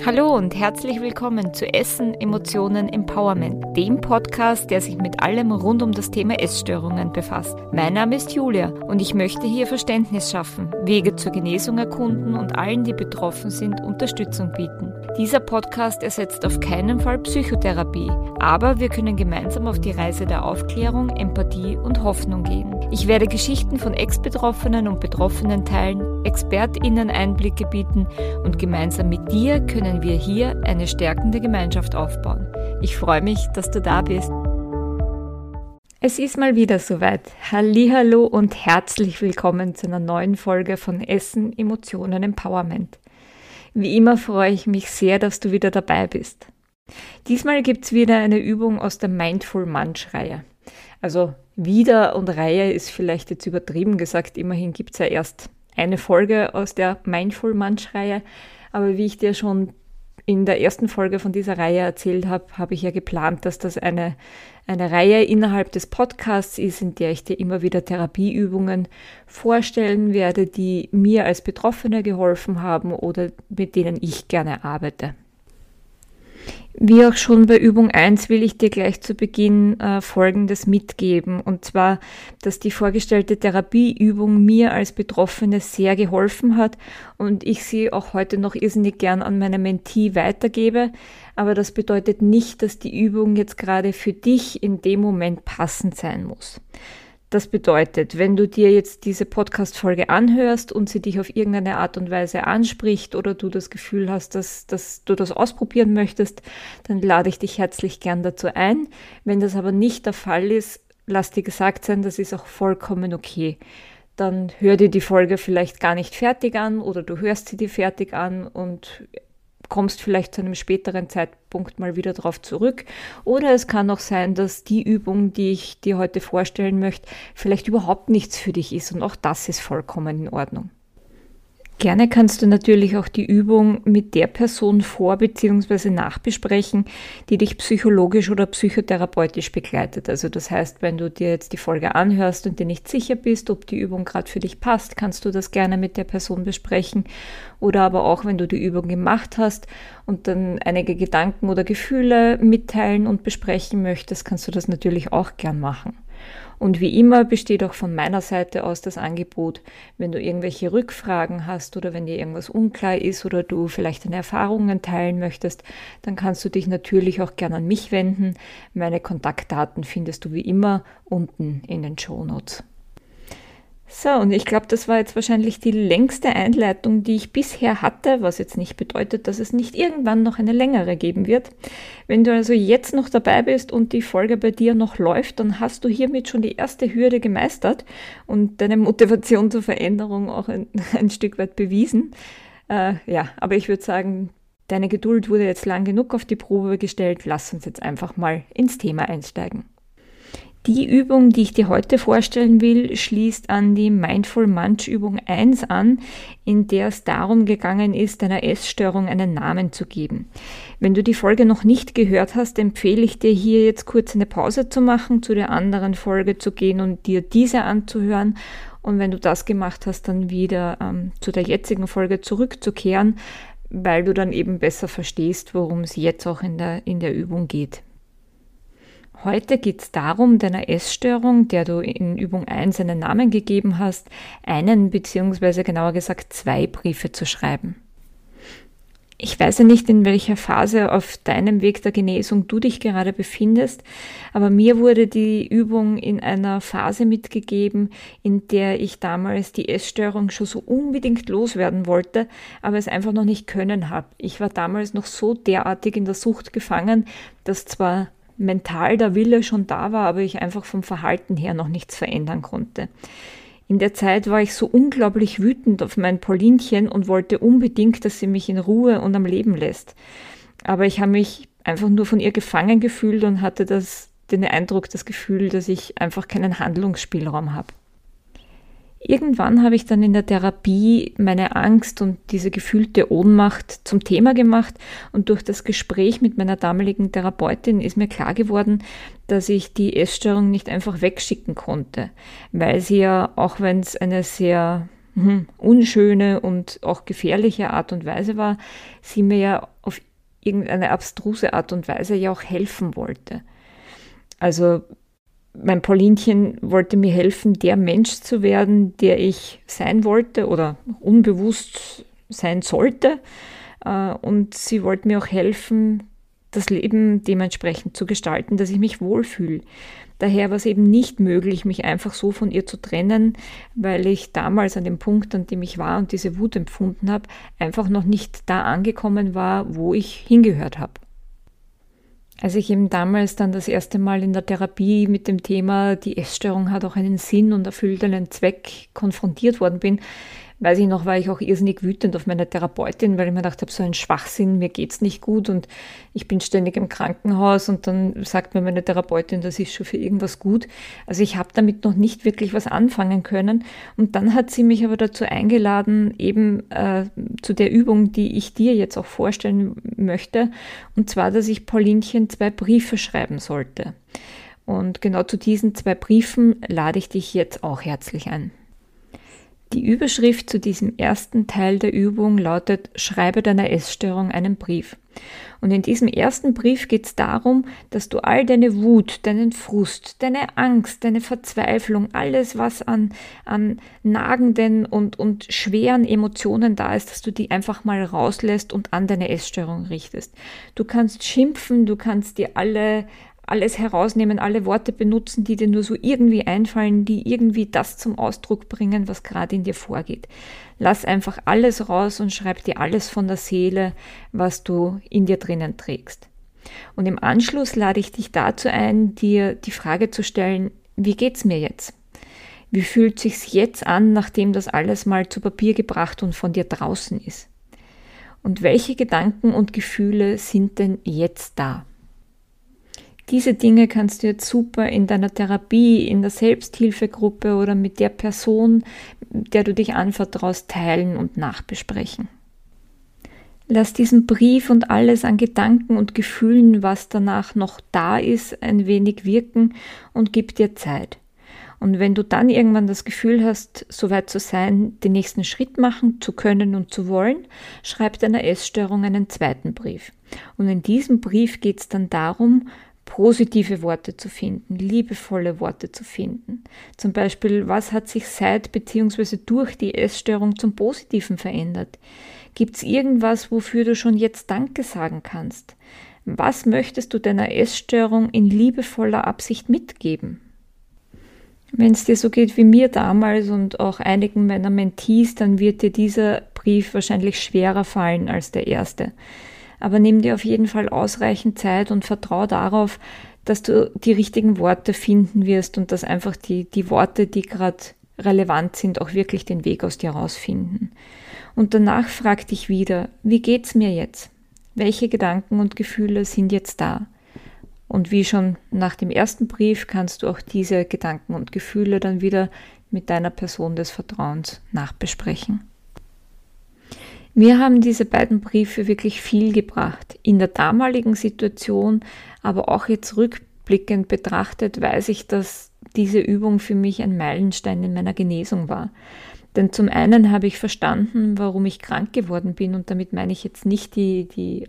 Hallo und herzlich willkommen zu Essen, Emotionen, Empowerment, dem Podcast, der sich mit allem rund um das Thema Essstörungen befasst. Mein Name ist Julia und ich möchte hier Verständnis schaffen, Wege zur Genesung erkunden und allen, die betroffen sind, Unterstützung bieten. Dieser Podcast ersetzt auf keinen Fall Psychotherapie, aber wir können gemeinsam auf die Reise der Aufklärung, Empathie und Hoffnung gehen. Ich werde Geschichten von Ex-Betroffenen und Betroffenen teilen, ExpertInnen Einblicke bieten und gemeinsam mit dir können wir hier eine stärkende Gemeinschaft aufbauen. Ich freue mich, dass du da bist. Es ist mal wieder soweit. Hallihallo und herzlich willkommen zu einer neuen Folge von Essen, Emotionen, Empowerment. Wie immer freue ich mich sehr, dass du wieder dabei bist. Diesmal gibt es wieder eine Übung aus der Mindful Munch-Reihe. Also wieder und Reihe ist vielleicht jetzt übertrieben gesagt, immerhin gibt es ja erst eine Folge aus der Mindful Munch-Reihe, aber wie ich dir schon in der ersten Folge von dieser Reihe erzählt habe, habe ich ja geplant, dass das eine Reihe innerhalb des Podcasts ist, in der ich dir immer wieder Therapieübungen vorstellen werde, die mir als Betroffene geholfen haben oder mit denen ich gerne arbeite. Wie auch schon bei Übung 1 will ich dir gleich zu Beginn Folgendes mitgeben, und zwar, dass die vorgestellte Therapieübung mir als Betroffene sehr geholfen hat und ich sie auch heute noch irrsinnig gern an meine Mentee weitergebe, aber das bedeutet nicht, dass die Übung jetzt gerade für dich in dem Moment passend sein muss. Das bedeutet, wenn du dir jetzt diese Podcast-Folge anhörst und sie dich auf irgendeine Art und Weise anspricht oder du das Gefühl hast, dass du das ausprobieren möchtest, dann lade ich dich herzlich gern dazu ein. Wenn das aber nicht der Fall ist, lass dir gesagt sein, das ist auch vollkommen okay. Dann hör dir die Folge vielleicht gar nicht fertig an oder du hörst sie dir fertig an und kommst vielleicht zu einem späteren Zeitpunkt mal wieder drauf zurück. Oder es kann auch sein, dass die Übung, die ich dir heute vorstellen möchte, vielleicht überhaupt nichts für dich ist und auch das ist vollkommen in Ordnung. Gerne kannst du natürlich auch die Übung mit der Person vor- bzw. nachbesprechen, die dich psychologisch oder psychotherapeutisch begleitet. Also das heißt, wenn du dir jetzt die Folge anhörst und dir nicht sicher bist, ob die Übung gerade für dich passt, kannst du das gerne mit der Person besprechen. Oder aber auch, wenn du die Übung gemacht hast und dann einige Gedanken oder Gefühle mitteilen und besprechen möchtest, kannst du das natürlich auch gern machen. Und wie immer besteht auch von meiner Seite aus das Angebot, wenn du irgendwelche Rückfragen hast oder wenn dir irgendwas unklar ist oder du vielleicht deine Erfahrungen teilen möchtest, dann kannst du dich natürlich auch gerne an mich wenden. Meine Kontaktdaten findest du wie immer unten in den Shownotes. So, und ich glaube, das war jetzt wahrscheinlich die längste Einleitung, die ich bisher hatte, was jetzt nicht bedeutet, dass es nicht irgendwann noch eine längere geben wird. Wenn du also jetzt noch dabei bist und die Folge bei dir noch läuft, dann hast du hiermit schon die erste Hürde gemeistert und deine Motivation zur Veränderung auch ein Stück weit bewiesen. Aber ich würde sagen, deine Geduld wurde jetzt lang genug auf die Probe gestellt. Lass uns jetzt einfach mal ins Thema einsteigen. Die Übung, die ich dir heute vorstellen will, schließt an die Mindful Munch Übung 1 an, in der es darum gegangen ist, deiner Essstörung einen Namen zu geben. Wenn du die Folge noch nicht gehört hast, empfehle ich dir hier jetzt kurz eine Pause zu machen, zu der anderen Folge zu gehen und dir diese anzuhören. Und wenn du das gemacht hast, dann wieder zu der jetzigen Folge zurückzukehren, weil du dann eben besser verstehst, worum es jetzt auch in der Übung geht. Heute geht es darum, deiner Essstörung, der du in Übung 1 einen Namen gegeben hast, einen bzw. genauer gesagt 2 Briefe zu schreiben. Ich weiß ja nicht, in welcher Phase auf deinem Weg der Genesung du dich gerade befindest, aber mir wurde die Übung in einer Phase mitgegeben, in der ich damals die Essstörung schon so unbedingt loswerden wollte, aber es einfach noch nicht können habe. Ich war damals noch so derartig in der Sucht gefangen, dass zwar mental der Wille schon da war, aber ich einfach vom Verhalten her noch nichts verändern konnte. In der Zeit war ich so unglaublich wütend auf mein Paulinchen und wollte unbedingt, dass sie mich in Ruhe und am Leben lässt. Aber ich habe mich einfach nur von ihr gefangen gefühlt und hatte den Eindruck, das Gefühl, dass ich einfach keinen Handlungsspielraum habe. Irgendwann habe ich dann in der Therapie meine Angst und diese gefühlte Ohnmacht zum Thema gemacht und durch das Gespräch mit meiner damaligen Therapeutin ist mir klar geworden, dass ich die Essstörung nicht einfach wegschicken konnte, weil sie ja, auch wenn es eine sehr unschöne und auch gefährliche Art und Weise war, sie mir ja auf irgendeine abstruse Art und Weise ja auch helfen wollte. Also mein Paulinchen wollte mir helfen, der Mensch zu werden, der ich sein wollte oder unbewusst sein sollte. Und sie wollte mir auch helfen, das Leben dementsprechend zu gestalten, dass ich mich wohlfühle. Daher war es eben nicht möglich, mich einfach so von ihr zu trennen, weil ich damals an dem Punkt, an dem ich war und diese Wut empfunden habe, einfach noch nicht da angekommen war, wo ich hingehört habe. Als ich eben damals dann das erste Mal in der Therapie mit dem Thema, die Essstörung hat auch einen Sinn und erfüllt einen Zweck, konfrontiert worden bin, weiß ich noch, war ich auch irrsinnig wütend auf meine Therapeutin, weil ich mir gedacht habe, so ein Schwachsinn, mir geht's nicht gut und ich bin ständig im Krankenhaus und dann sagt mir meine Therapeutin, das ist schon für irgendwas gut. Also ich habe damit noch nicht wirklich was anfangen können und dann hat sie mich aber dazu eingeladen, eben zu der Übung, die ich dir jetzt auch vorstellen möchte, und zwar, dass ich Paulinchen 2 Briefe schreiben sollte. Und genau zu diesen 2 Briefen lade ich dich jetzt auch herzlich ein. Die Überschrift zu diesem ersten Teil der Übung lautet: Schreibe deiner Essstörung einen Brief. Und in diesem ersten Brief geht es darum, dass du all deine Wut, deinen Frust, deine Angst, deine Verzweiflung, alles, was an nagenden und schweren Emotionen da ist, dass du die einfach mal rauslässt und an deine Essstörung richtest. Du kannst schimpfen, du kannst dir alles herausnehmen, alle Worte benutzen, die dir nur so irgendwie einfallen, die irgendwie das zum Ausdruck bringen, was gerade in dir vorgeht. Lass einfach alles raus und schreib dir alles von der Seele, was du in dir drinnen trägst. Und im Anschluss lade ich dich dazu ein, dir die Frage zu stellen: Wie geht's mir jetzt? Wie fühlt sich's jetzt an, nachdem das alles mal zu Papier gebracht und von dir draußen ist? Und welche Gedanken und Gefühle sind denn jetzt da? Diese Dinge kannst du jetzt super in deiner Therapie, in der Selbsthilfegruppe oder mit der Person, der du dich anvertraust, teilen und nachbesprechen. Lass diesen Brief und alles an Gedanken und Gefühlen, was danach noch da ist, ein wenig wirken und gib dir Zeit. Und wenn du dann irgendwann das Gefühl hast, soweit zu sein, den nächsten Schritt machen zu können und zu wollen, schreib deiner Essstörung einen 2. Brief. Und in diesem Brief geht es dann darum, positive Worte zu finden, liebevolle Worte zu finden. Zum Beispiel, was hat sich seit bzw. durch die Essstörung zum Positiven verändert? Gibt es irgendwas, wofür du schon jetzt Danke sagen kannst? Was möchtest du deiner Essstörung in liebevoller Absicht mitgeben? Wenn es dir so geht wie mir damals und auch einigen meiner Mentees, dann wird dir dieser Brief wahrscheinlich schwerer fallen als der erste. Aber nimm dir auf jeden Fall ausreichend Zeit und vertraue darauf, dass du die richtigen Worte finden wirst und dass einfach die Worte, die gerade relevant sind, auch wirklich den Weg aus dir rausfinden. Und danach frag dich wieder: Wie geht's mir jetzt? Welche Gedanken und Gefühle sind jetzt da? Und wie schon nach dem ersten Brief kannst du auch diese Gedanken und Gefühle dann wieder mit deiner Person des Vertrauens nachbesprechen. Mir haben diese beiden Briefe wirklich viel gebracht. In der damaligen Situation, aber auch jetzt rückblickend betrachtet, weiß ich, dass diese Übung für mich ein Meilenstein in meiner Genesung war. Denn zum einen habe ich verstanden, warum ich krank geworden bin, und damit meine ich jetzt nicht die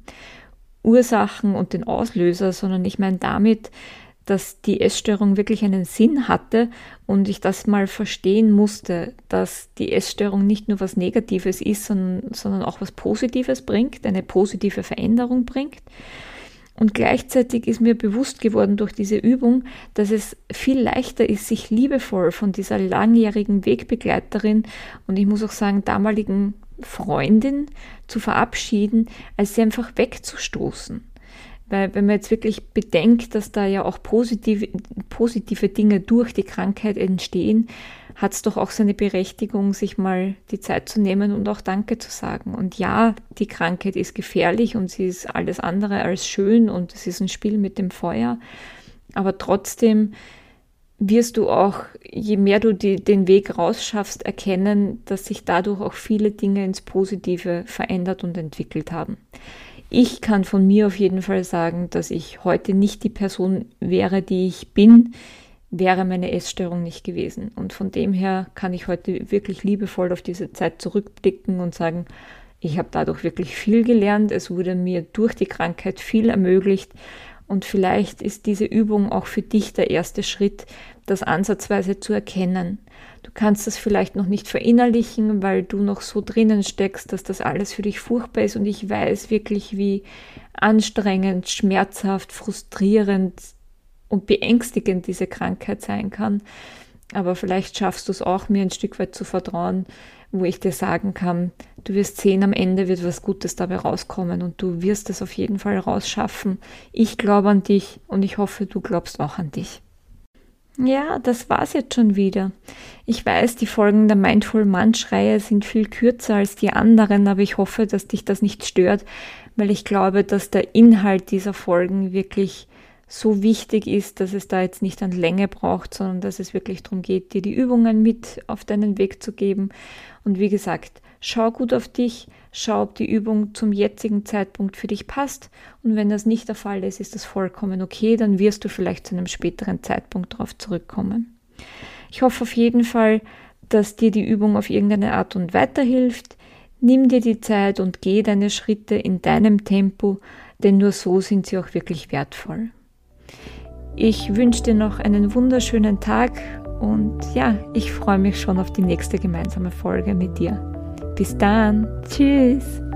Ursachen und den Auslöser, sondern ich meine damit, dass die Essstörung wirklich einen Sinn hatte und ich das mal verstehen musste, dass die Essstörung nicht nur was Negatives ist, sondern auch was Positives bringt, eine positive Veränderung bringt. Und gleichzeitig ist mir bewusst geworden durch diese Übung, dass es viel leichter ist, sich liebevoll von dieser langjährigen Wegbegleiterin und ich muss auch sagen damaligen Freundin zu verabschieden, als sie einfach wegzustoßen. Weil wenn man jetzt wirklich bedenkt, dass da ja auch positive Dinge durch die Krankheit entstehen, hat es doch auch seine Berechtigung, sich mal die Zeit zu nehmen und auch Danke zu sagen. Und ja, die Krankheit ist gefährlich und sie ist alles andere als schön und es ist ein Spiel mit dem Feuer. Aber trotzdem wirst du auch, je mehr du den Weg rausschaffst, erkennen, dass sich dadurch auch viele Dinge ins Positive verändert und entwickelt haben. Ich kann von mir auf jeden Fall sagen, dass ich heute nicht die Person wäre, die ich bin, wäre meine Essstörung nicht gewesen. Und von dem her kann ich heute wirklich liebevoll auf diese Zeit zurückblicken und sagen, ich habe dadurch wirklich viel gelernt. Es wurde mir durch die Krankheit viel ermöglicht. Und vielleicht ist diese Übung auch für dich der erste Schritt, das ansatzweise zu erkennen. Du kannst das vielleicht noch nicht verinnerlichen, weil du noch so drinnen steckst, dass das alles für dich furchtbar ist. Und ich weiß wirklich, wie anstrengend, schmerzhaft, frustrierend und beängstigend diese Krankheit sein kann. Aber vielleicht schaffst du es auch, mir ein Stück weit zu vertrauen, wo ich dir sagen kann, du wirst sehen, am Ende wird was Gutes dabei rauskommen und du wirst es auf jeden Fall rausschaffen. Ich glaube an dich und ich hoffe, du glaubst auch an dich. Ja, das war's jetzt schon wieder. Ich weiß, die Folgen der Mindful Munch-Reihe sind viel kürzer als die anderen, aber ich hoffe, dass dich das nicht stört, weil ich glaube, dass der Inhalt dieser Folgen wirklich so wichtig ist, dass es da jetzt nicht an Länge braucht, sondern dass es wirklich darum geht, dir die Übungen mit auf deinen Weg zu geben. Und wie gesagt, schau gut auf dich, schau, ob die Übung zum jetzigen Zeitpunkt für dich passt. Und wenn das nicht der Fall ist, ist das vollkommen okay, dann wirst du vielleicht zu einem späteren Zeitpunkt darauf zurückkommen. Ich hoffe auf jeden Fall, dass dir die Übung auf irgendeine Art und weiterhilft. Nimm dir die Zeit und geh deine Schritte in deinem Tempo, denn nur so sind sie auch wirklich wertvoll. Ich wünsche dir noch einen wunderschönen Tag und ja, ich freue mich schon auf die nächste gemeinsame Folge mit dir. Bis dann, tschüss!